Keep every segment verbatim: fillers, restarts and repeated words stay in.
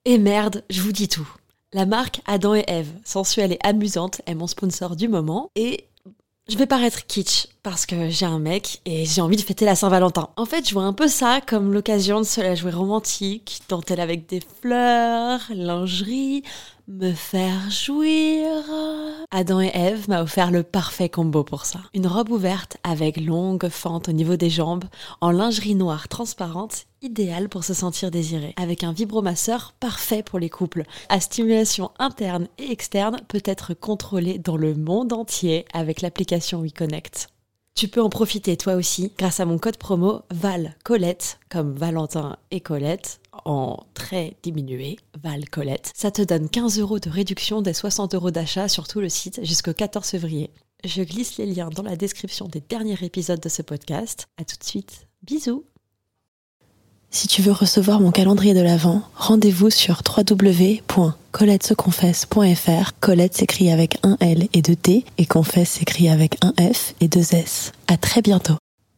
Et merde, je vous dis tout. La marque Adam et Ève, sensuelle et amusante, est mon sponsor du moment et je vais paraître kitsch parce que j'ai un mec et j'ai envie de fêter la Saint-Valentin. En fait, je vois un peu ça comme l'occasion de se la jouer romantique, dentelle avec des fleurs, lingerie, me faire jouir. Adam et Ève m'a offert le parfait combo pour ça. Une robe ouverte avec longue fente au niveau des jambes, en lingerie noire transparente, idéale pour se sentir désiré. Avec un vibromasseur parfait pour les couples. À stimulation interne et externe, peut être contrôlée dans le monde entier avec l'application WeConnect. Tu peux en profiter toi aussi grâce à mon code promo VALCOLETTE, comme Valentin et Colette, en très diminué, VALCOLETTE. Ça te donne quinze euros de réduction des soixante euros d'achat sur tout le site jusqu'au quatorze février. Je glisse les liens dans la description des derniers épisodes de ce podcast. À tout de suite. Bisous. Si tu veux recevoir mon calendrier de l'Avent, rendez-vous sur w w w point colette se confesse point f r. Colette s'écrit avec un L et deux T et confesse s'écrit avec un F et deux S. À très bientôt.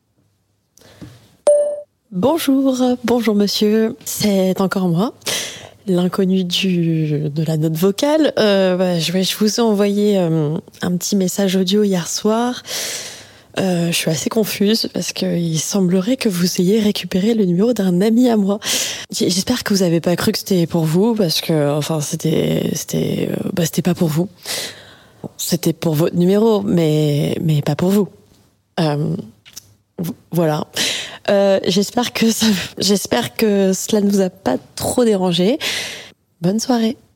Bonjour, bonjour monsieur, c'est encore moi, l'inconnu du de la note vocale. Euh, bah, je, je vous ai envoyé euh, un petit message audio hier soir. Euh, je suis assez confuse parce qu'il semblerait que vous ayez récupéré le numéro d'un ami à moi. J'espère que vous avez pas cru que c'était pour vous parce que, enfin, c'était, c'était, euh, bah, c'était pas pour vous. C'était pour votre numéro, mais, mais pas pour vous. Euh, voilà. Euh, j'espère que ça, j'espère que cela ne vous a pas trop dérangé. Bonne soirée.